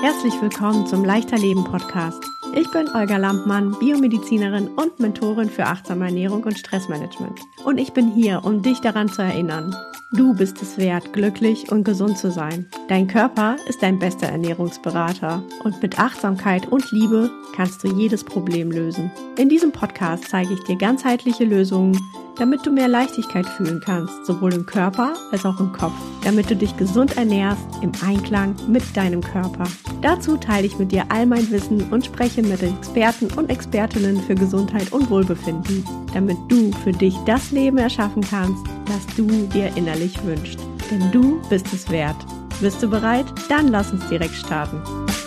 Herzlich willkommen zum Leichter Leben Podcast. Ich bin Olga Lampmann, Biomedizinerin und Mentorin für achtsame Ernährung und Stressmanagement. Und ich bin hier, um dich daran zu erinnern: Du bist es wert, glücklich und gesund zu sein. Dein Körper ist dein bester Ernährungsberater und mit Achtsamkeit und Liebe kannst du jedes Problem lösen. In diesem Podcast zeige ich dir ganzheitliche Lösungen, damit du mehr Leichtigkeit fühlen kannst, sowohl im Körper als auch im Kopf, damit du dich gesund ernährst, im Einklang mit deinem Körper. Dazu teile ich mit dir all mein Wissen und spreche mit Experten und Expertinnen für Gesundheit und Wohlbefinden, damit du für dich das Leben erschaffen kannst, das du dir innerlich wünschst. Denn du bist es wert. Bist du bereit? Dann lass uns direkt starten.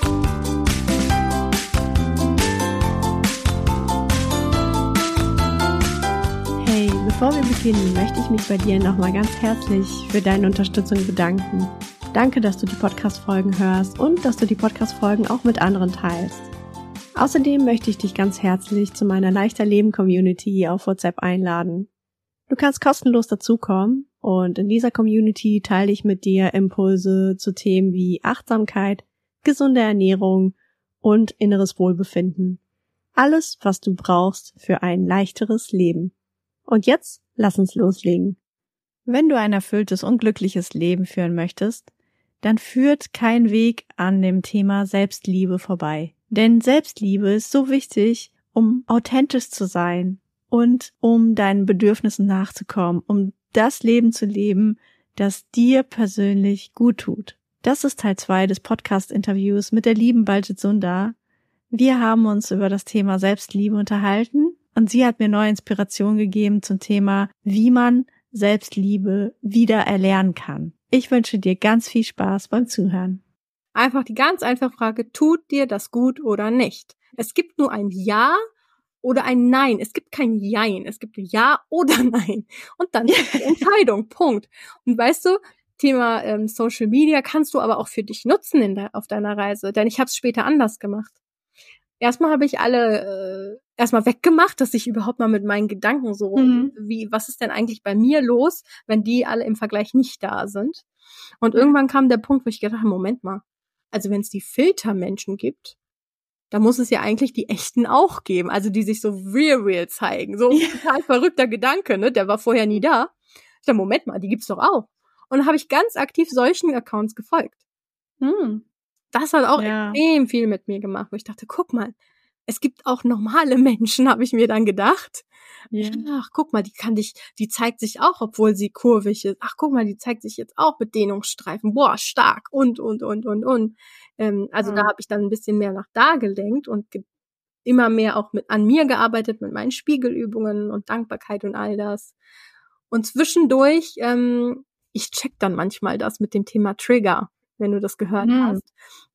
Hey, bevor wir beginnen, möchte ich mich bei dir nochmal ganz herzlich für deine Unterstützung bedanken. Danke, dass du die Podcast-Folgen hörst und dass du die Podcast-Folgen auch mit anderen teilst. Außerdem möchte ich dich ganz herzlich zu meiner Leichter Leben Community auf WhatsApp einladen. Du kannst kostenlos dazukommen und in dieser Community teile ich mit dir Impulse zu Themen wie Achtsamkeit, gesunde Ernährung und inneres Wohlbefinden. Alles, was du brauchst für ein leichteres Leben. Und jetzt lass uns loslegen. Wenn du ein erfülltes und glückliches Leben führen möchtest, dann führt kein Weg an dem Thema Selbstliebe vorbei. Denn Selbstliebe ist so wichtig, um authentisch zu sein und um deinen Bedürfnissen nachzukommen, um das Leben zu leben, das dir persönlich gut tut. Das ist Teil 2 des Podcast-Interviews mit der lieben Balcit Sundar. Wir haben uns über das Thema Selbstliebe unterhalten und sie hat mir neue Inspiration gegeben zum Thema, wie man Selbstliebe wieder erlernen kann. Ich wünsche dir ganz viel Spaß beim Zuhören. Einfach die ganz einfache Frage: Tut dir das gut oder nicht? Es gibt nur ein Ja oder ein Nein. Es gibt kein Jein. Es gibt Ja oder Nein. Und dann ist die Entscheidung. Punkt. Und weißt du, Thema Social Media kannst du aber auch für dich nutzen auf deiner Reise. Denn ich habe es später anders gemacht. Erstmal habe ich alle erstmal weggemacht, dass ich überhaupt mal mit meinen Gedanken so, was ist denn eigentlich bei mir los, wenn die alle im Vergleich nicht da sind? Und irgendwann kam der Punkt, wo ich gedacht habe, Moment mal, also wenn es die Filtermenschen gibt, dann muss es ja eigentlich die echten auch geben, also die sich so real zeigen. So total verrückter Gedanke, ne? Der war vorher nie da. Ich dachte, Moment mal, die gibt's doch auch. Und dann habe ich ganz aktiv solchen Accounts gefolgt. Das hat auch extrem viel mit mir gemacht, wo ich dachte, guck mal, es gibt auch normale Menschen, habe ich mir dann gedacht. Ja. Ach, guck mal, die zeigt sich auch, obwohl sie kurvig ist. Ach, guck mal, die zeigt sich jetzt auch mit Dehnungsstreifen. Boah, stark und. Also da habe ich dann ein bisschen mehr nach da gelenkt und immer mehr auch an mir gearbeitet, mit meinen Spiegelübungen und Dankbarkeit und all das. Und zwischendurch, ich check dann manchmal das mit dem Thema Trigger, wenn du das gehört hast.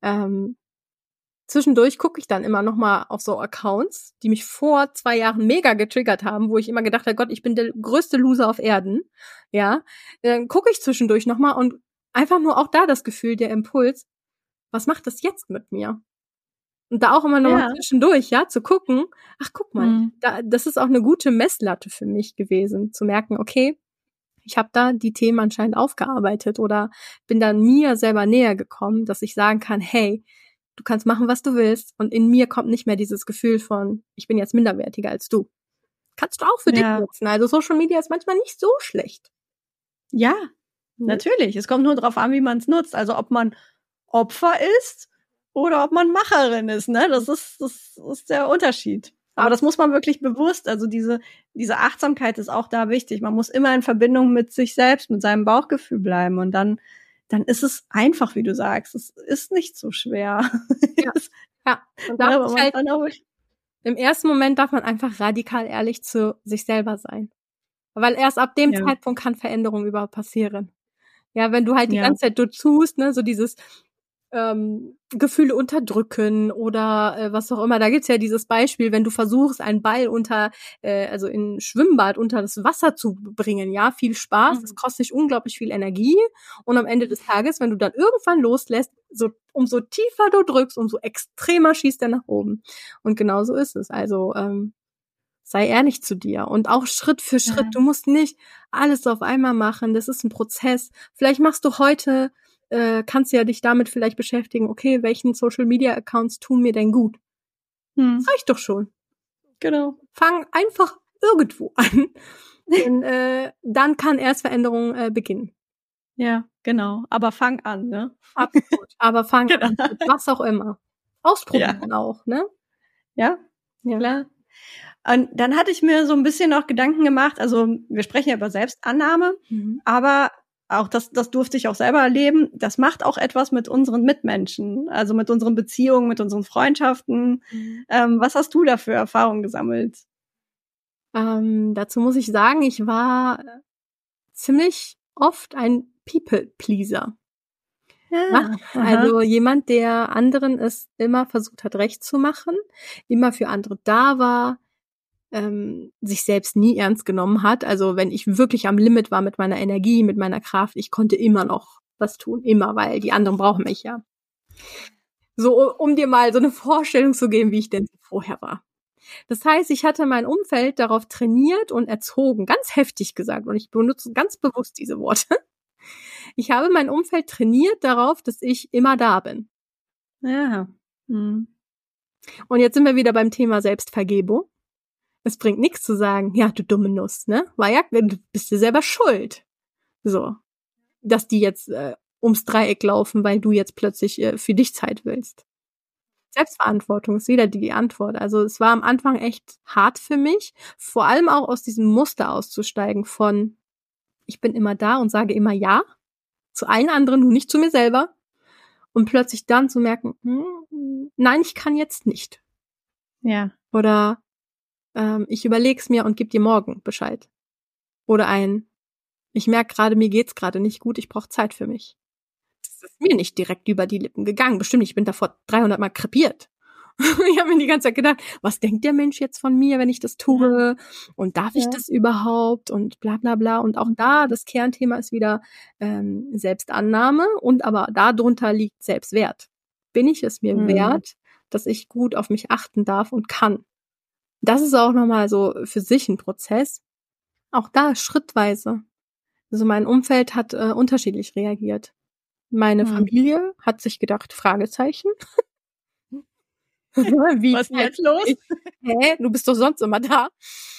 Zwischendurch gucke ich dann immer noch mal auf so Accounts, die mich vor 2 Jahren mega getriggert haben, wo ich immer gedacht habe, Gott, ich bin der größte Loser auf Erden. Ja, dann gucke ich zwischendurch noch mal und einfach nur auch da das Gefühl, der Impuls, was macht das jetzt mit mir? Und da auch immer noch mal zwischendurch, zu gucken, ach, guck mal, das ist auch eine gute Messlatte für mich gewesen, zu merken, okay, ich habe da die Themen anscheinend aufgearbeitet oder bin dann mir selber näher gekommen, dass ich sagen kann, hey, du kannst machen, was du willst, und in mir kommt nicht mehr dieses Gefühl von, ich bin jetzt minderwertiger als du. Kannst du auch für dich nutzen. Also Social Media ist manchmal nicht so schlecht. Ja, natürlich. Es kommt nur darauf an, wie man es nutzt. Also ob man Opfer ist oder ob man Macherin ist, ne? Das ist der Unterschied. Aber das muss man wirklich bewusst, also diese Achtsamkeit ist auch da wichtig. Man muss immer in Verbindung mit sich selbst, mit seinem Bauchgefühl bleiben, und dann ist es einfach, wie du sagst. Es ist nicht so schwer. Ja. Und da im ersten Moment darf man einfach radikal ehrlich zu sich selber sein. Weil erst ab dem Zeitpunkt kann Veränderung überhaupt passieren. Ja, wenn du halt die ganze Zeit tust, ne, so dieses Gefühle unterdrücken oder was auch immer. Da gibt's ja dieses Beispiel, wenn du versuchst, einen Ball also in ein Schwimmbad unter das Wasser zu bringen, viel Spaß, das kostet dich unglaublich viel Energie, und am Ende des Tages, wenn du dann irgendwann loslässt, umso tiefer du drückst, umso extremer schießt er nach oben. Und genau so ist es. Also sei ehrlich zu dir und auch Schritt für Schritt. Du musst nicht alles auf einmal machen. Das ist ein Prozess. Vielleicht machst du heute kannst du ja dich damit vielleicht beschäftigen, okay, welchen Social-Media-Accounts tun mir denn gut? Das reicht doch schon. Genau. Fang einfach irgendwo an. Denn dann kann erst Veränderung beginnen. Ja, genau. Aber fang an, ne? Absolut. Aber fang an. Genau. Mit was auch immer. Ausprobieren auch, ne? Ja, Ja. klar. Und dann hatte ich mir so ein bisschen noch Gedanken gemacht, also wir sprechen ja über Selbstannahme, aber auch das durfte ich auch selber erleben, das macht auch etwas mit unseren Mitmenschen, also mit unseren Beziehungen, mit unseren Freundschaften. Was hast du da für Erfahrungen gesammelt? Dazu muss ich sagen, ich war ziemlich oft ein People-Pleaser. Ja, also jemand, der anderen es immer versucht hat, recht zu machen, immer für andere da war, sich selbst nie ernst genommen hat. Also wenn ich wirklich am Limit war mit meiner Energie, mit meiner Kraft, ich konnte immer noch was tun, immer, weil die anderen brauchen mich ja. So, um dir mal so eine Vorstellung zu geben, wie ich denn vorher war. Das heißt, ich hatte mein Umfeld darauf trainiert und erzogen, ganz heftig gesagt, und ich benutze ganz bewusst diese Worte. Ich habe mein Umfeld trainiert darauf, dass ich immer da bin. Ja. Und jetzt sind wir wieder beim Thema Selbstvergebung. Es bringt nichts zu sagen, ja, du dumme Nuss, ne? War ja, du bist dir selber schuld. So. Dass die jetzt ums Dreieck laufen, weil du jetzt plötzlich für dich Zeit willst. Selbstverantwortung ist wieder die Antwort. Also es war am Anfang echt hart für mich, vor allem auch aus diesem Muster auszusteigen von, ich bin immer da und sage immer ja, zu allen anderen, nur nicht zu mir selber. Und plötzlich dann zu merken, nein, ich kann jetzt nicht. Ja. Oder ich überleg's mir und geb dir morgen Bescheid. Oder ich merke gerade, mir geht's gerade nicht gut, ich brauche Zeit für mich. Das ist mir nicht direkt über die Lippen gegangen. Bestimmt, ich bin davor 300 Mal krepiert. Ich habe mir die ganze Zeit gedacht, was denkt der Mensch jetzt von mir, wenn ich das tue? Und darf ich das überhaupt? Und bla bla bla. Und auch da, das Kernthema ist wieder Selbstannahme und aber darunter liegt Selbstwert. Bin ich es mir wert, dass ich gut auf mich achten darf und kann? Das ist auch nochmal so für sich ein Prozess. Auch da schrittweise. Also mein Umfeld hat unterschiedlich reagiert. Meine Familie hat sich gedacht, Fragezeichen. Wie, was ist denn jetzt los? Hä? Du bist doch sonst immer da.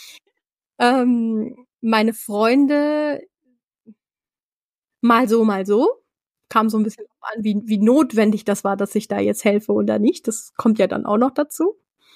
Meine Freunde mal so. Kam so ein bisschen an, wie notwendig das war, dass ich da jetzt helfe oder nicht. Das kommt ja dann auch noch dazu.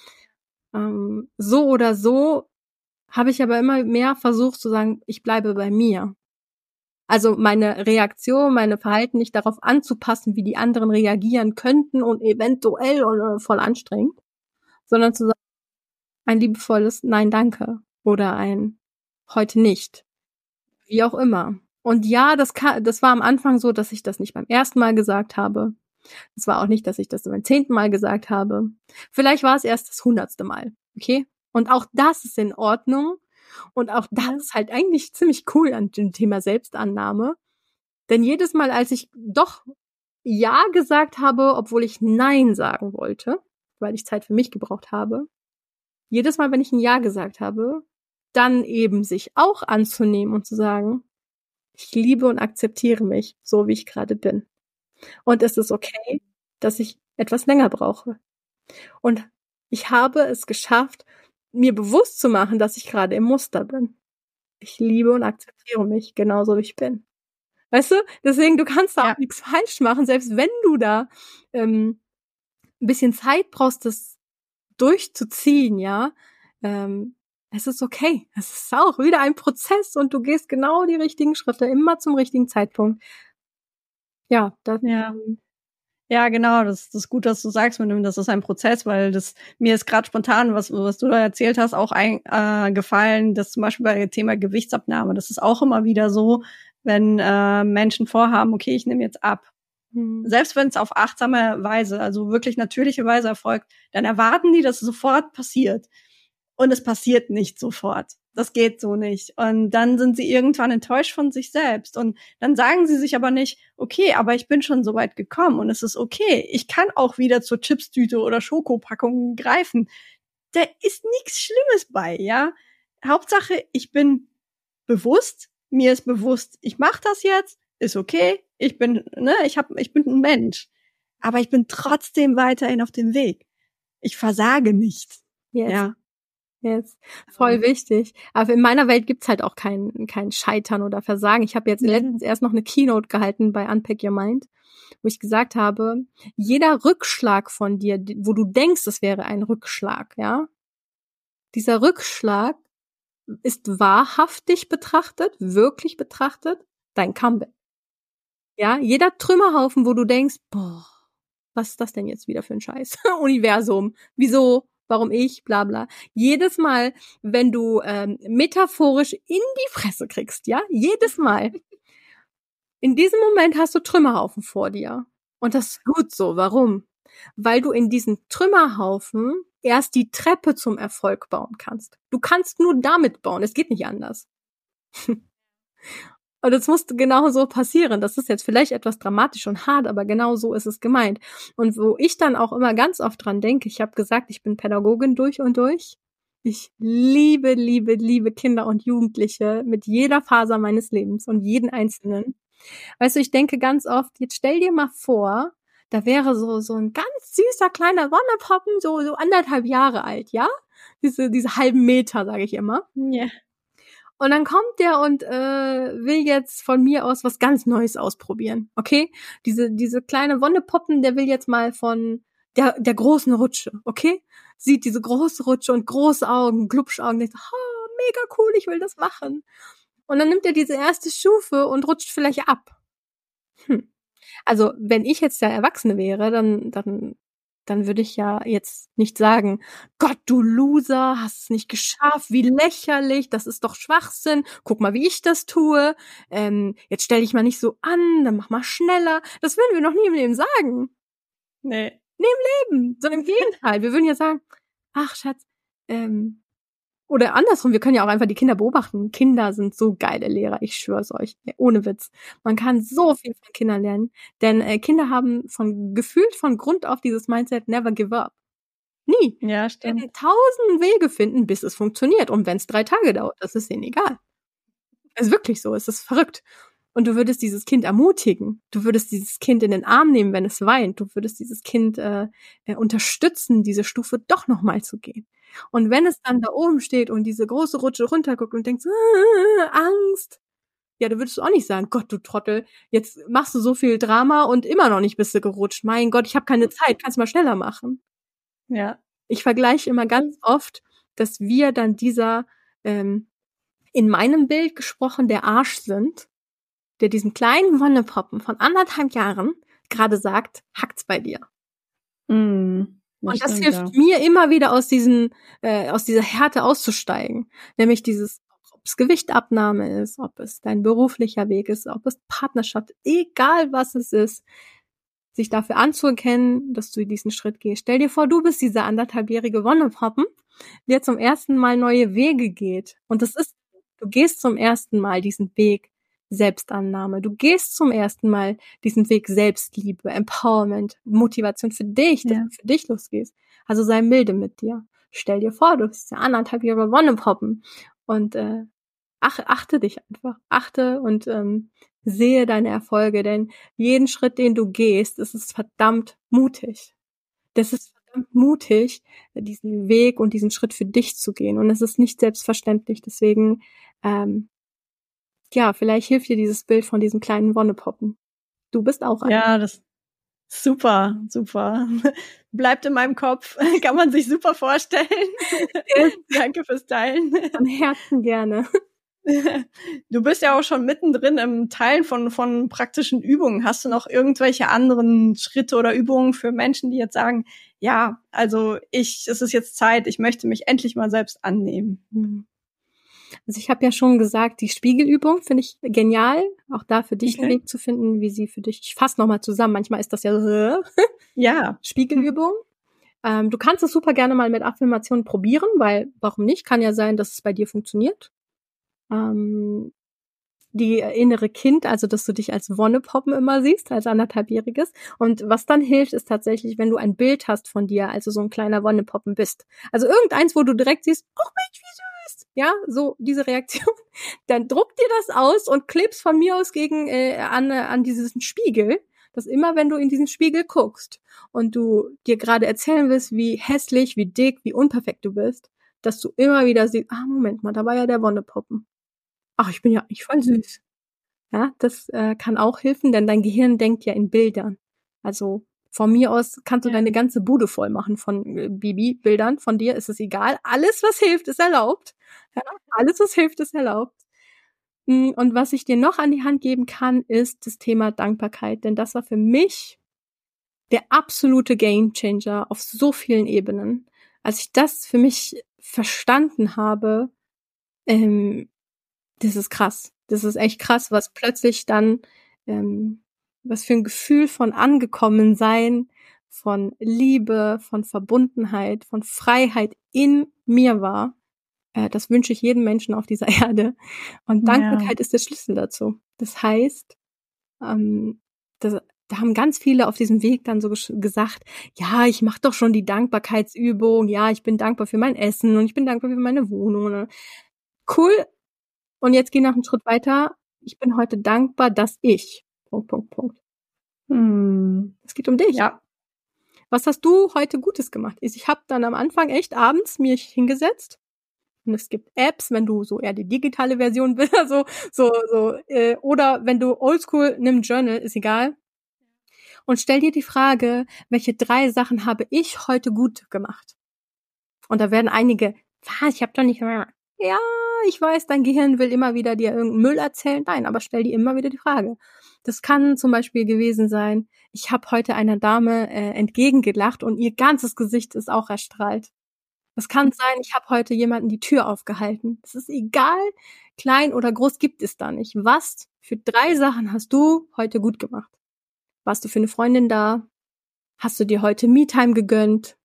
So oder so habe ich aber immer mehr versucht zu sagen, ich bleibe bei mir. Also meine Reaktion, meine Verhalten nicht darauf anzupassen, wie die anderen reagieren könnten und eventuell oder voll anstrengend, sondern zu sagen, ein liebevolles Nein, danke oder ein heute nicht, wie auch immer. Und ja, das war am Anfang so, dass ich das nicht beim ersten Mal gesagt habe. Es war auch nicht, dass ich das beim 10. Mal gesagt habe. Vielleicht war es erst das 100. Mal, okay? Und auch das ist in Ordnung. Und auch das ist halt eigentlich ziemlich cool an dem Thema Selbstannahme. Denn jedes Mal, als ich doch Ja gesagt habe, obwohl ich Nein sagen wollte, weil ich Zeit für mich gebraucht habe, jedes Mal, wenn ich ein Ja gesagt habe, dann eben sich auch anzunehmen und zu sagen, ich liebe und akzeptiere mich, so wie ich gerade bin. Und es ist okay, dass ich etwas länger brauche. Und ich habe es geschafft, mir bewusst zu machen, dass ich gerade im Muster bin. Ich liebe und akzeptiere mich, genauso wie ich bin. Weißt du? Deswegen, du kannst da auch nichts falsch machen, selbst wenn du da ein bisschen Zeit brauchst, das durchzuziehen, ja. Es ist okay. Es ist auch wieder ein Prozess und du gehst genau die richtigen Schritte, immer zum richtigen Zeitpunkt. Ja, das Ja, genau, das ist gut, dass du sagst, das ist ein Prozess, weil mir ist gerade spontan, was du da erzählt hast, auch gefallen, dass zum Beispiel bei dem Thema Gewichtsabnahme, das ist auch immer wieder so, wenn Menschen vorhaben, okay, ich nehme jetzt ab. Selbst wenn es auf achtsame Weise, also wirklich natürliche Weise erfolgt, dann erwarten die, dass es sofort passiert. Und es passiert nicht sofort. Das geht so nicht. Und dann sind sie irgendwann enttäuscht von sich selbst. Und dann sagen sie sich aber nicht, okay, aber ich bin schon so weit gekommen und es ist okay. Ich kann auch wieder zur Chipstüte oder Schokopackung greifen. Da ist nichts Schlimmes bei, ja. Hauptsache, ich bin bewusst, mir ist bewusst, ich mache das jetzt, ist okay, ich bin ein Mensch. Aber ich bin trotzdem weiterhin auf dem Weg. Ich versage nicht. Yes. Ja. Yes. Voll wichtig. Aber in meiner Welt gibt's halt auch kein Scheitern oder Versagen. Ich habe jetzt letztens erst noch eine Keynote gehalten bei Unpack Your Mind, wo ich gesagt habe, jeder Rückschlag von dir, wo du denkst, es wäre ein Rückschlag, ja, dieser Rückschlag ist wahrhaftig betrachtet, wirklich betrachtet, dein Comeback. Ja, jeder Trümmerhaufen, wo du denkst, boah, was ist das denn jetzt wieder für ein Scheiß? Universum. Wieso? Warum ich? Bla bla. Jedes Mal, wenn du metaphorisch in die Fresse kriegst, ja, jedes Mal. In diesem Moment hast du Trümmerhaufen vor dir. Und das ist gut so. Warum? Weil du in diesen Trümmerhaufen erst die Treppe zum Erfolg bauen kannst. Du kannst nur damit bauen. Es geht nicht anders. Und das muss genau so passieren. Das ist jetzt vielleicht etwas dramatisch und hart, aber genau so ist es gemeint. Und wo ich dann auch immer ganz oft dran denke, ich habe gesagt, ich bin Pädagogin durch und durch. Ich liebe, liebe, liebe Kinder und Jugendliche mit jeder Faser meines Lebens und jeden Einzelnen. Weißt du, ich denke ganz oft, jetzt stell dir mal vor, da wäre so ein ganz süßer kleiner Wonnepoppen, so 1,5 Jahre alt, ja? Diese halben Meter, sage ich immer. Ja. Und dann kommt der und will jetzt von mir aus was ganz Neues ausprobieren, okay? Diese kleine Wonnepoppen, der will jetzt mal von der großen Rutsche, okay? Sieht diese große Rutsche und große Augen, Glubschaugen, denkt, mega cool, ich will das machen. Und dann nimmt er diese erste Stufe und rutscht vielleicht ab. Also, wenn ich jetzt der Erwachsene wäre, dann würde ich ja jetzt nicht sagen, Gott, du Loser, hast es nicht geschafft, wie lächerlich, das ist doch Schwachsinn, guck mal, wie ich das tue, jetzt stell dich mal nicht so an, dann mach mal schneller. Das würden wir noch nie im Leben sagen. Nee. Nie im Leben, sondern im Gegenteil. Wir würden ja sagen, ach Schatz, oder andersrum, wir können ja auch einfach die Kinder beobachten. Kinder sind so geile Lehrer, ich schwör's euch, ohne Witz. Man kann so viel von Kindern lernen, denn Kinder haben gefühlt von Grund auf dieses Mindset, never give up. Nie. Ja, stimmt. Die 1000 Wege finden, bis es funktioniert. Und wenn es 3 Tage dauert, das ist ihnen egal. Es ist wirklich so, es ist verrückt. Und du würdest dieses Kind ermutigen. Du würdest dieses Kind in den Arm nehmen, wenn es weint. Du würdest dieses Kind unterstützen, diese Stufe doch nochmal zu gehen. Und wenn es dann da oben steht und diese große Rutsche runterguckt und denkt, Angst, ja, da würdest du auch nicht sagen, Gott, du Trottel, jetzt machst du so viel Drama und immer noch nicht bist du gerutscht. Mein Gott, ich habe keine Zeit, kannst du mal schneller machen. Ja. Ich vergleiche immer ganz oft, dass wir dann dieser, in meinem Bild gesprochen, der Arsch sind, der diesem kleinen Wonnepoppen von 1,5 Jahren gerade sagt, hackt's bei dir. Und das hilft mir immer wieder aus dieser Härte auszusteigen. Nämlich ob es Gewichtabnahme ist, ob es dein beruflicher Weg ist, ob es Partnerschaft, egal was es ist, sich dafür anzuerkennen, dass du diesen Schritt gehst. Stell dir vor, du bist dieser 1,5-jährige Wonnepoppen, der zum ersten Mal neue Wege geht. Und du gehst zum ersten Mal diesen Weg Selbstannahme. Du gehst zum ersten Mal diesen Weg Selbstliebe, Empowerment, Motivation für dich, dass du für dich losgehst. Also sei milde mit dir. Stell dir vor, du bist ja 1,5-jährige Wonnepoppen und achte dich einfach. Achte und sehe deine Erfolge, denn jeden Schritt, den du gehst, das ist verdammt mutig. Das ist verdammt mutig, diesen Weg und diesen Schritt für dich zu gehen. Und es ist nicht selbstverständlich. Deswegen vielleicht hilft dir dieses Bild von diesem kleinen Wonnepoppen. Du bist auch ein. Ja, das super. Bleibt in meinem Kopf. Kann man sich super vorstellen. Danke fürs Teilen. Von Herzen gerne. Du bist ja auch schon mittendrin im Teilen von praktischen Übungen. Hast du noch irgendwelche anderen Schritte oder Übungen für Menschen, die jetzt sagen, ja, also es ist jetzt Zeit, ich möchte mich endlich mal selbst annehmen? Also ich habe ja schon gesagt, die Spiegelübung finde ich genial, auch da für dich einen Weg zu finden, wie sie für dich, ich fasse nochmal zusammen, manchmal ist das ja so, Spiegelübung. Du kannst es super gerne mal mit Affirmationen probieren, weil, warum nicht, kann ja sein, dass es bei dir funktioniert. Die innere Kind, also dass du dich als Wonnepoppen immer siehst, als 1,5-jähriges. Und was dann hilft, ist tatsächlich, wenn du ein Bild hast von dir, also so ein kleiner Wonnepoppen bist. Also irgendeins, wo du direkt siehst, oh Mensch, wie süß, ja, so diese Reaktion, dann druck dir das aus und klebst von mir aus gegen an diesen Spiegel, dass immer, wenn du in diesen Spiegel guckst und du dir gerade erzählen willst, wie hässlich, wie dick, wie unperfekt du bist, dass du immer wieder siehst, Moment mal, da war ja der Wonnepoppen. Ach, ich bin ja eigentlich voll süß. Ja, das kann auch helfen, denn dein Gehirn denkt ja in Bildern. Also von mir aus kannst du deine ganze Bude voll machen von Bibi-Bildern. Von dir ist es egal. Alles, was hilft, ist erlaubt. Ja, alles, was hilft, ist erlaubt. Und was ich dir noch an die Hand geben kann, ist das Thema Dankbarkeit. Denn das war für mich der absolute Gamechanger auf so vielen Ebenen. Als ich das für mich verstanden habe, das ist krass. Das ist echt krass, was plötzlich dann, was für ein Gefühl von angekommen sein, von Liebe, von Verbundenheit, von Freiheit in mir war. Das wünsche ich jedem Menschen auf dieser Erde. Und Dankbarkeit ist der Schlüssel dazu. Das heißt, da haben ganz viele auf diesem Weg dann so gesagt, ja, ich mache doch schon die Dankbarkeitsübung, ja, ich bin dankbar für mein Essen und ich bin dankbar für meine Wohnung. Cool. Und jetzt geh noch einen Schritt weiter. Ich bin heute dankbar, dass ich... ... Es geht um dich. Ja. Was hast du heute Gutes gemacht? Ich habe dann am Anfang echt abends mich hingesetzt. Und es gibt Apps, wenn du so eher die digitale Version willst, oder wenn du oldschool, nimm Journal, ist egal. Und stell dir die Frage, welche 3 Sachen habe ich heute gut gemacht? Und da werden einige, was, ich habe doch nicht... Ja, ich weiß, dein Gehirn will immer wieder dir irgendeinen Müll erzählen. Nein, aber stell dir immer wieder die Frage. Das kann zum Beispiel gewesen sein, ich habe heute einer Dame entgegengelacht und ihr ganzes Gesicht ist auch erstrahlt. Das kann sein, ich habe heute jemanden die Tür aufgehalten. Es ist egal, klein oder groß gibt es da nicht. Was für 3 Sachen hast du heute gut gemacht? Warst du für eine Freundin da? Hast du dir heute Me-Time gegönnt?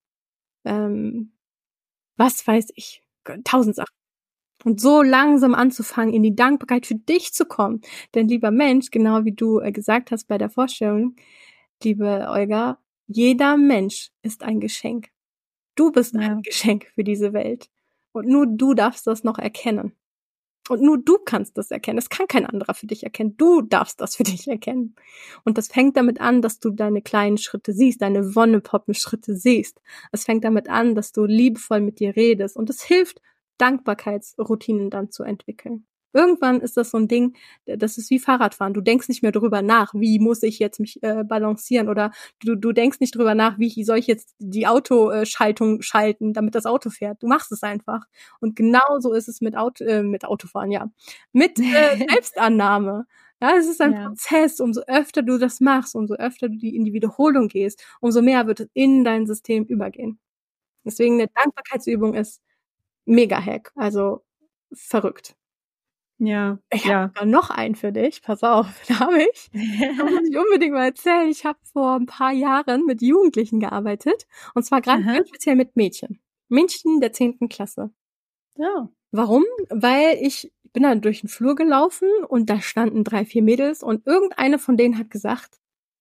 Was weiß ich, 1000 Sachen. Und so langsam anzufangen, in die Dankbarkeit für dich zu kommen. Denn lieber Mensch, genau wie du gesagt hast bei der Vorstellung, liebe Olga, jeder Mensch ist ein Geschenk. Du bist ein Geschenk für diese Welt. Und nur du darfst das noch erkennen. Und nur du kannst das erkennen. Es kann kein anderer für dich erkennen. Du darfst das für dich erkennen. Und das fängt damit an, dass du deine kleinen Schritte siehst, deine Wonnepoppen-Schritte siehst. Es fängt damit an, dass du liebevoll mit dir redest. Und es hilft, Dankbarkeitsroutinen dann zu entwickeln. Irgendwann ist das so ein Ding, das ist wie Fahrradfahren. Du denkst nicht mehr drüber nach, wie muss ich jetzt mich balancieren, oder du denkst nicht drüber nach, wie soll ich jetzt die Autoschaltung schalten, damit das Auto fährt. Du machst es einfach. Und genauso ist es mit Autofahren, ja. Mit Selbstannahme. Ja, es ist ein Prozess. Umso öfter du das machst, umso öfter du in die Wiederholung gehst, umso mehr wird es in dein System übergehen. Deswegen eine Dankbarkeitsübung ist Mega-Hack, also verrückt. Ja. Ich habe da noch einen für dich, pass auf, da muss ich unbedingt mal erzählen. Ich habe vor ein paar Jahren mit Jugendlichen gearbeitet, und zwar gerade ganz speziell mit Mädchen der 10. Klasse. Ja. Warum? Weil ich bin dann durch den Flur gelaufen und da standen 3, 4 Mädels und irgendeine von denen hat gesagt,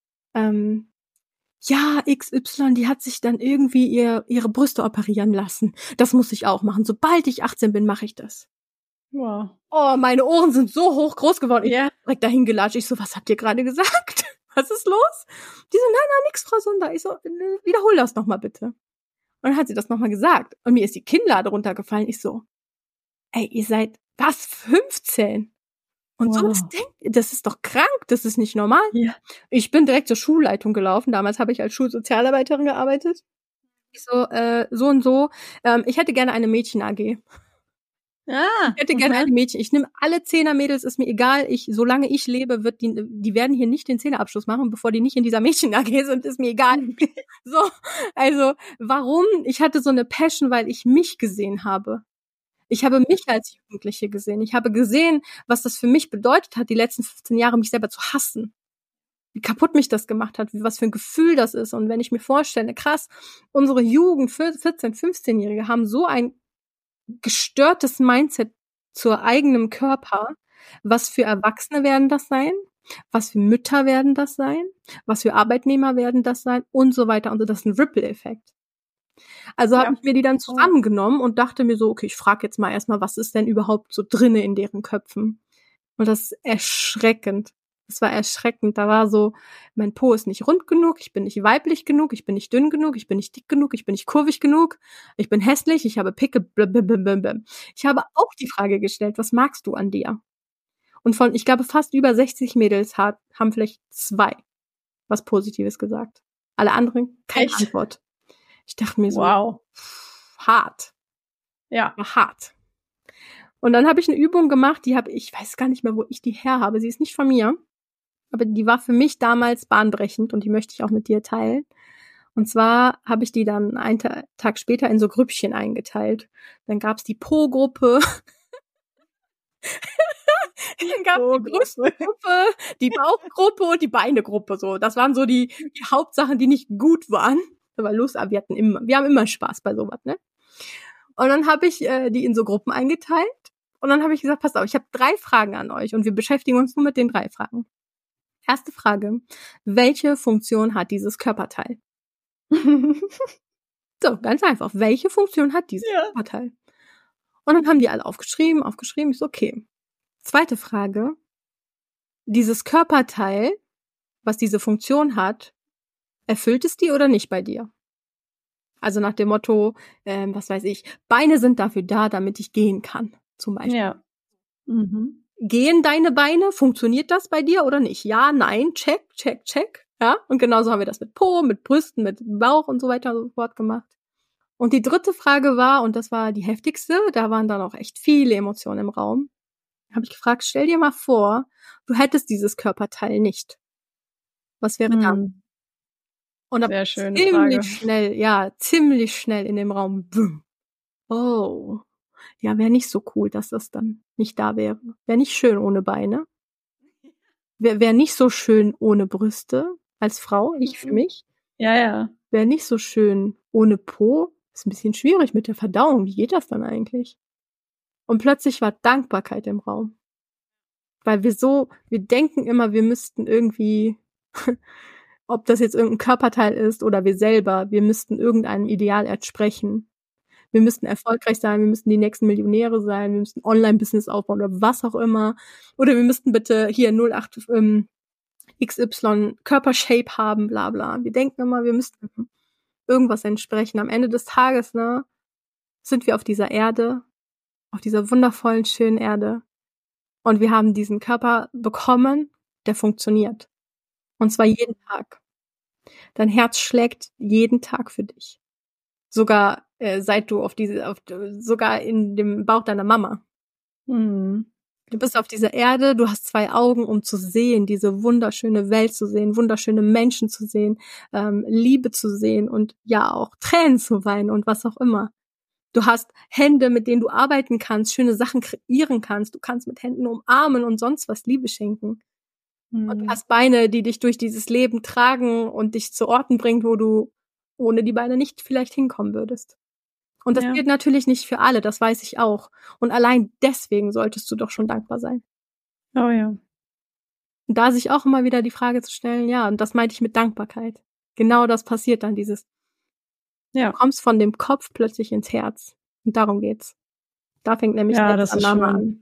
ja, XY, die hat sich dann irgendwie ihre Brüste operieren lassen. Das muss ich auch machen. Sobald ich 18 bin, mache ich das. Wow. Oh, meine Ohren sind so groß geworden. Ich bin direkt dahin gelatscht. Ich so, was habt ihr gerade gesagt? Was ist los? Die so, nein, nix, Frau Sunder. Ich so, wiederhol das nochmal bitte. Und dann hat sie das nochmal gesagt. Und mir ist die Kinnlade runtergefallen. Ich so, ey, ihr seid, was, 15? Und so, das ist doch krank, das ist nicht normal. Ja. Ich bin direkt zur Schulleitung gelaufen. Damals habe ich als Schulsozialarbeiterin gearbeitet. Ich so, so und so. Ich hätte gerne eine Mädchen-AG. Ich hätte gerne eine Mädchen. Ich nehme alle 10er-Mädels, ist mir egal. Solange ich lebe, die werden hier nicht den 10er-Abschluss machen, bevor die nicht in dieser Mädchen-AG sind, ist mir egal. So, also, warum? Ich hatte so eine Passion, weil ich mich gesehen habe. Ich habe mich als Jugendliche gesehen. Ich habe gesehen, was das für mich bedeutet hat, die letzten 15 Jahre mich selber zu hassen. Wie kaputt mich das gemacht hat, was für ein Gefühl das ist. Und wenn ich mir vorstelle, krass, unsere Jugend, 14-, 15-Jährige haben so ein gestörtes Mindset zur eigenen Körper. Was für Erwachsene werden das sein? Was für Mütter werden das sein? Was für Arbeitnehmer werden das sein? Und so weiter. Und so, das ist ein Ripple-Effekt. Also habe ich mir die dann zusammengenommen und dachte mir so, okay, ich frage jetzt mal erstmal, was ist denn überhaupt so drinne in deren Köpfen? Und das ist erschreckend. Das war erschreckend. Da war so, mein Po ist nicht rund genug, ich bin nicht weiblich genug, ich bin nicht dünn genug, ich bin nicht dick genug, ich bin nicht kurvig genug, ich bin hässlich, ich habe Pickel. Blablabla. Ich habe auch die Frage gestellt, was magst du an dir? Und von, ich glaube, fast über 60 Mädels haben vielleicht 2 was Positives gesagt. Alle anderen keine Antwort. Ich dachte mir so, wow. Hart. Ja. War hart. Und dann habe ich eine Übung gemacht, ich weiß gar nicht mehr, wo ich die her habe. Sie ist nicht von mir, aber die war für mich damals bahnbrechend und die möchte ich auch mit dir teilen. Und zwar habe ich die dann einen Tag später in so Grüppchen eingeteilt. Dann gab's die Po-Gruppe. Dann gab's die Brustgruppe, die Bauchgruppe und die Beinegruppe. So, das waren so die Hauptsachen, die nicht gut waren. Aber los, wir haben immer Spaß bei sowas, ne? Und dann habe ich die in so Gruppen eingeteilt. Und dann habe ich gesagt, passt auf, ich habe 3 Fragen an euch und wir beschäftigen uns nur mit den 3 Fragen. Erste Frage: Welche Funktion hat dieses Körperteil? So, ganz einfach. Welche Funktion hat dieses Körperteil? Und dann haben die alle aufgeschrieben. Ich so, okay. Zweite Frage: Dieses Körperteil, was diese Funktion hat, erfüllt es die oder nicht bei dir? Also nach dem Motto, was weiß ich, Beine sind dafür da, damit ich gehen kann, zum Beispiel. Ja. Mhm. Gehen deine Beine? Funktioniert das bei dir oder nicht? Ja, nein, check. Ja, und genauso haben wir das mit Po, mit Brüsten, mit Bauch und so weiter und so fort gemacht. Und die dritte Frage war, und das war die heftigste, da waren dann auch echt viele Emotionen im Raum, habe ich gefragt, stell dir mal vor, du hättest dieses Körperteil nicht. Was wäre dann? Und sehr schöne Frage. ziemlich schnell in dem Raum, boom. Oh, ja, wäre nicht so cool, dass das dann nicht da wäre. Wäre nicht schön ohne Beine. Wäre nicht so schön ohne Brüste als Frau, ich für mich. Ja. Wäre nicht so schön ohne Po. Ist ein bisschen schwierig mit der Verdauung. Wie geht das dann eigentlich? Und plötzlich war Dankbarkeit im Raum. Weil wir denken immer, wir müssten irgendwie, ob das jetzt irgendein Körperteil ist oder wir selber, wir müssten irgendeinem Ideal entsprechen. Wir müssten erfolgreich sein, wir müssten die nächsten Millionäre sein, wir müssten Online-Business aufbauen oder was auch immer. Oder wir müssten bitte hier 08 XY Körpershape haben, bla bla. Wir denken immer, wir müssten irgendwas entsprechen. Am Ende des Tages, ne, sind wir auf dieser Erde, auf dieser wundervollen, schönen Erde. Und wir haben diesen Körper bekommen, der funktioniert. Und zwar jeden Tag. Dein Herz schlägt jeden Tag für dich. Sogar seit du sogar in dem Bauch deiner Mama. Du bist auf dieser Erde, du hast 2 Augen, um zu sehen, diese wunderschöne Welt zu sehen, wunderschöne Menschen zu sehen, Liebe zu sehen und ja auch Tränen zu weinen und was auch immer. Du hast Hände, mit denen du arbeiten kannst, schöne Sachen kreieren kannst. Du kannst mit Händen umarmen und sonst was Liebe schenken. Und du hast Beine, die dich durch dieses Leben tragen und dich zu Orten bringen, wo du ohne die Beine nicht vielleicht hinkommen würdest. Und das gilt natürlich nicht für alle, das weiß ich auch. Und allein deswegen solltest du doch schon dankbar sein. Oh ja. Und da sich auch immer wieder die Frage zu stellen, ja, und das meinte ich mit Dankbarkeit. Genau das passiert dann, du kommst von dem Kopf plötzlich ins Herz. Und darum geht's. Da fängt nämlich das Annahme an.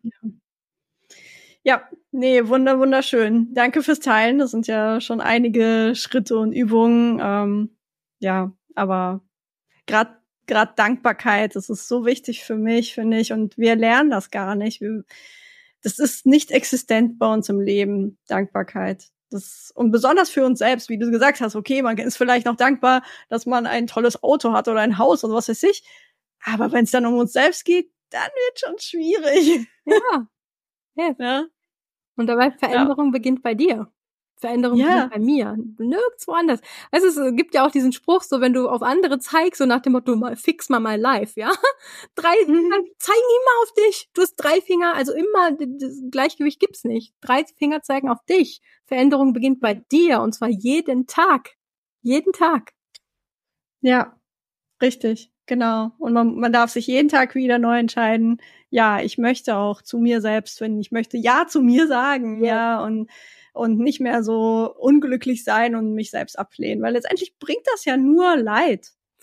Ja, nee, wunderschön. Danke fürs Teilen. Das sind ja schon einige Schritte und Übungen. Aber gerade Dankbarkeit, das ist so wichtig für mich, finde ich. Und wir lernen das gar nicht. Das ist nicht existent bei uns im Leben, Dankbarkeit. Und besonders für uns selbst, wie du gesagt hast, okay, man ist vielleicht noch dankbar, dass man ein tolles Auto hat oder ein Haus oder was weiß ich. Aber wenn es dann um uns selbst geht, dann wird schon schwierig. Ja. Ja. Und dabei Veränderung beginnt bei dir. Veränderung beginnt bei mir. Nirgendwo anders. Also es gibt ja auch diesen Spruch, so wenn du auf andere zeigst, so nach dem Motto, fix mal my life, ja? 3 Finger zeigen immer auf dich. Du hast 3 Finger, also immer, das Gleichgewicht gibt's nicht. 3 Finger zeigen auf dich. Veränderung beginnt bei dir und zwar jeden Tag. Jeden Tag. Ja, richtig. Genau. Und man darf sich jeden Tag wieder neu entscheiden. Ja, ich möchte auch zu mir selbst finden. Ich möchte Ja zu mir sagen. Ja, und nicht mehr so unglücklich sein und mich selbst ablehnen. Weil letztendlich bringt das ja nur Leid.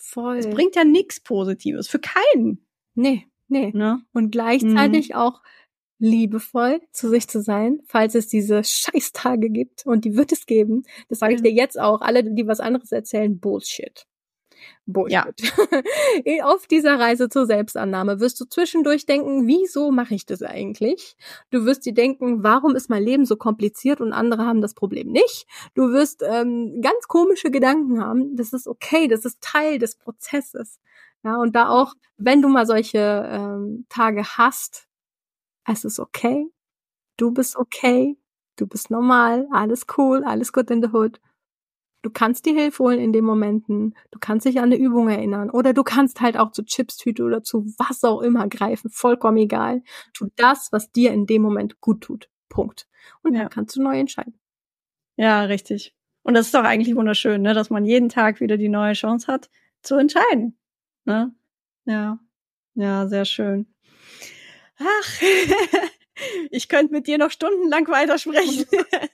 Voll. Es bringt ja nichts Positives. Für keinen. Nee. Ne? Und gleichzeitig auch liebevoll zu sich zu sein, falls es diese Scheißtage gibt. Und die wird es geben. Das sage ich dir jetzt auch. Alle, die was anderes erzählen, Bullshit. Ja. Auf dieser Reise zur Selbstannahme wirst du zwischendurch denken, wieso mache ich das eigentlich? Du wirst dir denken, warum ist mein Leben so kompliziert und andere haben das Problem nicht? Du wirst ganz komische Gedanken haben. Das ist okay, das ist Teil des Prozesses. Ja, und da auch, wenn du mal solche Tage hast, es ist okay, du bist normal, alles cool, alles good in the hood. Du kannst dir Hilfe holen in den Momenten, du kannst dich an eine Übung erinnern oder du kannst halt auch zu Chipstüte oder zu was auch immer greifen, vollkommen egal. Tu das, was dir in dem Moment gut tut. Punkt. Und dann kannst du neu entscheiden. Ja, richtig. Und das ist doch eigentlich wunderschön, ne, dass man jeden Tag wieder die neue Chance hat, zu entscheiden. Ne? Ja, sehr schön. Ach, ich könnte mit dir noch stundenlang weitersprechen.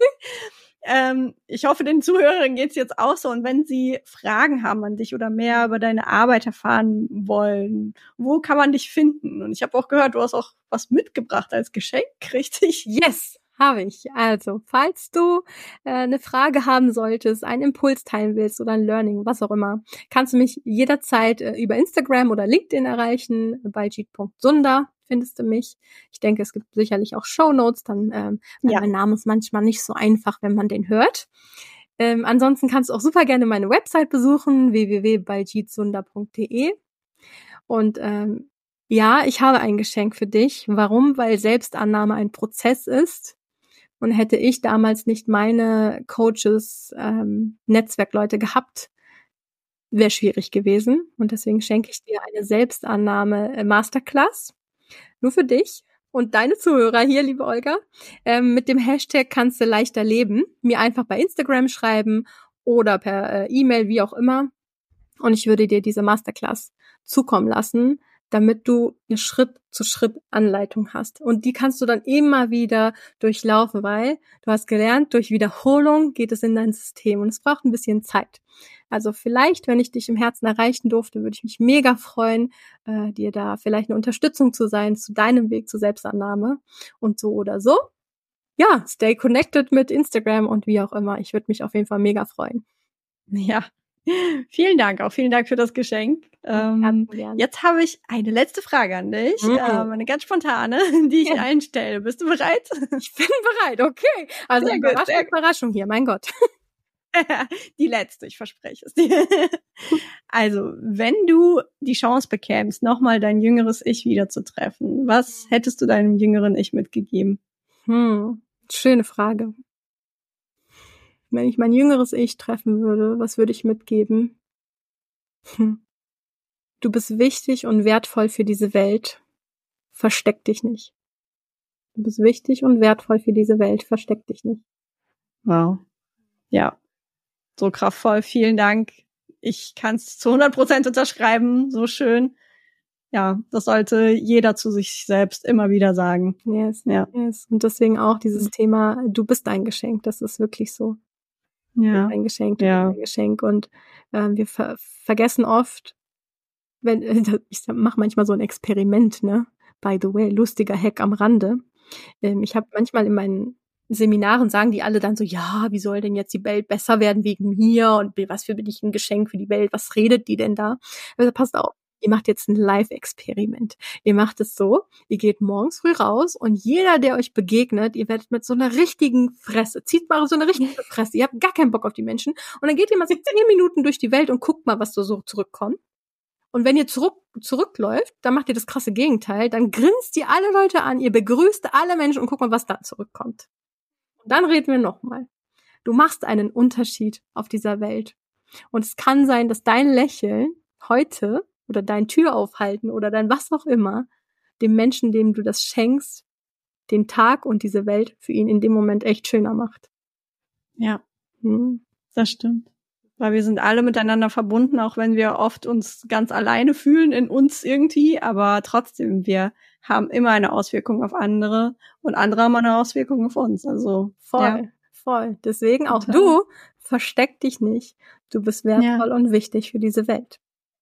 Ich hoffe, den Zuhörern geht's jetzt auch so. Und wenn sie Fragen haben an dich oder mehr über deine Arbeit erfahren wollen, wo kann man dich finden? Und ich habe auch gehört, du hast auch was mitgebracht als Geschenk, richtig? Yes, habe ich. Also, falls du eine Frage haben solltest, einen Impuls teilen willst oder ein Learning, was auch immer, kannst du mich jederzeit über Instagram oder LinkedIn erreichen. Bei jeet.sunder findest du mich. Ich denke, es gibt sicherlich auch Shownotes, dann mein Name ist manchmal nicht so einfach, wenn man den hört. Ansonsten kannst du auch super gerne meine Website besuchen, www.byjeetsunder.de. Und ich habe ein Geschenk für dich. Warum? Weil Selbstannahme ein Prozess ist. Und hätte ich damals nicht meine Coaches, Netzwerkleute gehabt, wäre schwierig gewesen. Und deswegen schenke ich dir eine Selbstannahme Masterclass. Nur für dich und deine Zuhörer hier, liebe Olga. Mit dem Hashtag kannst du leichter leben. Mir einfach bei Instagram schreiben oder per E-Mail, wie auch immer. Und ich würde dir diese Masterclass zukommen lassen, damit du eine Schritt-zu-Schritt-Anleitung hast. Und die kannst du dann immer wieder durchlaufen, weil du hast gelernt, durch Wiederholung geht es in dein System und es braucht ein bisschen Zeit. Also vielleicht, wenn ich dich im Herzen erreichen durfte, würde ich mich mega freuen, dir da vielleicht eine Unterstützung zu sein, zu deinem Weg zur Selbstannahme und so oder so. Ja, stay connected mit Instagram und wie auch immer. Ich würde mich auf jeden Fall mega freuen. Ja. Vielen Dank, auch vielen Dank für das Geschenk. Jetzt habe ich eine letzte Frage an dich, eine ganz spontane, die ich allen stelle. Bist du bereit? Ich bin bereit, okay. Also Überraschung hier, mein Gott. Die letzte, ich verspreche es dir. Also, wenn du die Chance bekämst, nochmal dein jüngeres Ich wieder zu treffen, was hättest du deinem jüngeren Ich mitgegeben? Schöne Frage. Wenn ich mein jüngeres Ich treffen würde, was würde ich mitgeben? Du bist wichtig und wertvoll für diese Welt. Versteck dich nicht. Du bist wichtig und wertvoll für diese Welt. Versteck dich nicht. Wow. Ja. So kraftvoll. Vielen Dank. Ich kann es zu 100% unterschreiben. So schön. Ja, das sollte jeder zu sich selbst immer wieder sagen. Yes. Und deswegen auch dieses Thema, du bist ein Geschenk. Das ist wirklich so. Ja. Ein Geschenk, ein Geschenk. Und wir vergessen oft, ich mache manchmal so ein Experiment, ne? By the way, lustiger Hack am Rande. Ich habe manchmal in meinen Seminaren sagen die alle dann so, ja, wie soll denn jetzt die Welt besser werden wegen mir und was für bin ich ein Geschenk für die Welt, was redet die denn da? Also passt auf, ihr macht jetzt ein Live-Experiment. Ihr macht es so, ihr geht morgens früh raus und jeder, der euch begegnet, ihr werdet mit so einer richtigen Fresse, zieht mal so eine richtige Fresse, ihr habt gar keinen Bock auf die Menschen und dann geht ihr mal so 10 Minuten durch die Welt und guckt mal, was so zurückkommt. Und wenn ihr zurückläuft, dann macht ihr das krasse Gegenteil, dann grinst ihr alle Leute an, ihr begrüßt alle Menschen und guckt mal, was da zurückkommt. Und dann reden wir nochmal. Du machst einen Unterschied auf dieser Welt. Und es kann sein, dass dein Lächeln heute oder dein Tür aufhalten oder dein was auch immer dem Menschen, dem du das schenkst, den Tag und diese Welt für ihn in dem Moment echt schöner macht. Ja, das stimmt. Weil wir sind alle miteinander verbunden, auch wenn wir oft uns ganz alleine fühlen in uns irgendwie, aber trotzdem, wir haben immer eine Auswirkung auf andere und andere haben eine Auswirkung auf uns. Also voll. Deswegen auch du, versteck dich nicht. Du bist wertvoll und wichtig für diese Welt.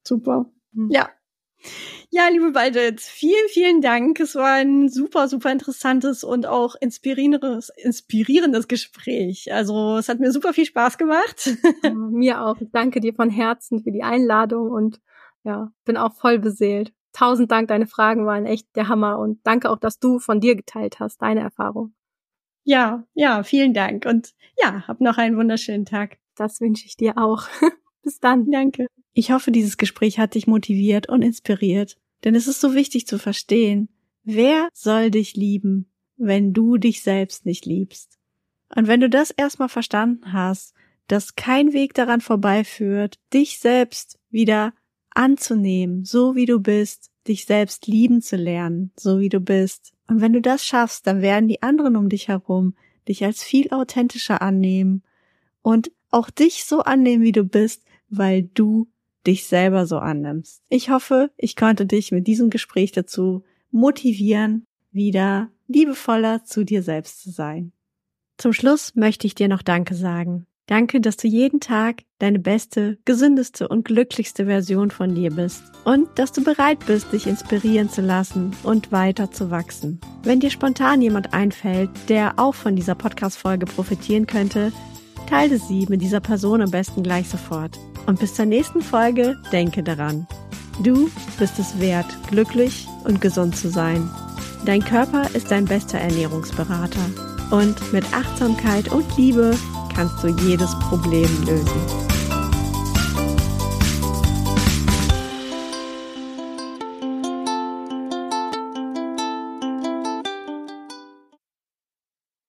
Super. Ja. Ja, liebe Waldet, vielen, vielen Dank. Es war ein super, super interessantes und auch inspirierendes Gespräch. Also es hat mir super viel Spaß gemacht. Mir auch. Ich danke dir von Herzen für die Einladung und ja, bin auch voll beseelt. 1000 Dank, deine Fragen waren echt der Hammer und danke auch, dass du von dir geteilt hast, deine Erfahrung. Ja, vielen Dank und ja, hab noch einen wunderschönen Tag. Das wünsche ich dir auch. Bis dann. Danke. Ich hoffe, dieses Gespräch hat dich motiviert und inspiriert, denn es ist so wichtig zu verstehen, wer soll dich lieben, wenn du dich selbst nicht liebst? Und wenn du das erstmal verstanden hast, dass kein Weg daran vorbeiführt, dich selbst wieder anzunehmen, so wie du bist, dich selbst lieben zu lernen, so wie du bist. Und wenn du das schaffst, dann werden die anderen um dich herum dich als viel authentischer annehmen und auch dich so annehmen, wie du bist, weil du dich selber so annimmst. Ich hoffe, ich konnte dich mit diesem Gespräch dazu motivieren, wieder liebevoller zu dir selbst zu sein. Zum Schluss möchte ich dir noch Danke sagen. Danke, dass du jeden Tag deine beste, gesündeste und glücklichste Version von dir bist und dass du bereit bist, dich inspirieren zu lassen und weiter zu wachsen. Wenn dir spontan jemand einfällt, der auch von dieser Podcast-Folge profitieren könnte, teile sie mit dieser Person am besten gleich sofort. Und bis zur nächsten Folge denke daran, du bist es wert, glücklich und gesund zu sein. Dein Körper ist dein bester Ernährungsberater. Und mit Achtsamkeit und Liebe kannst du jedes Problem lösen.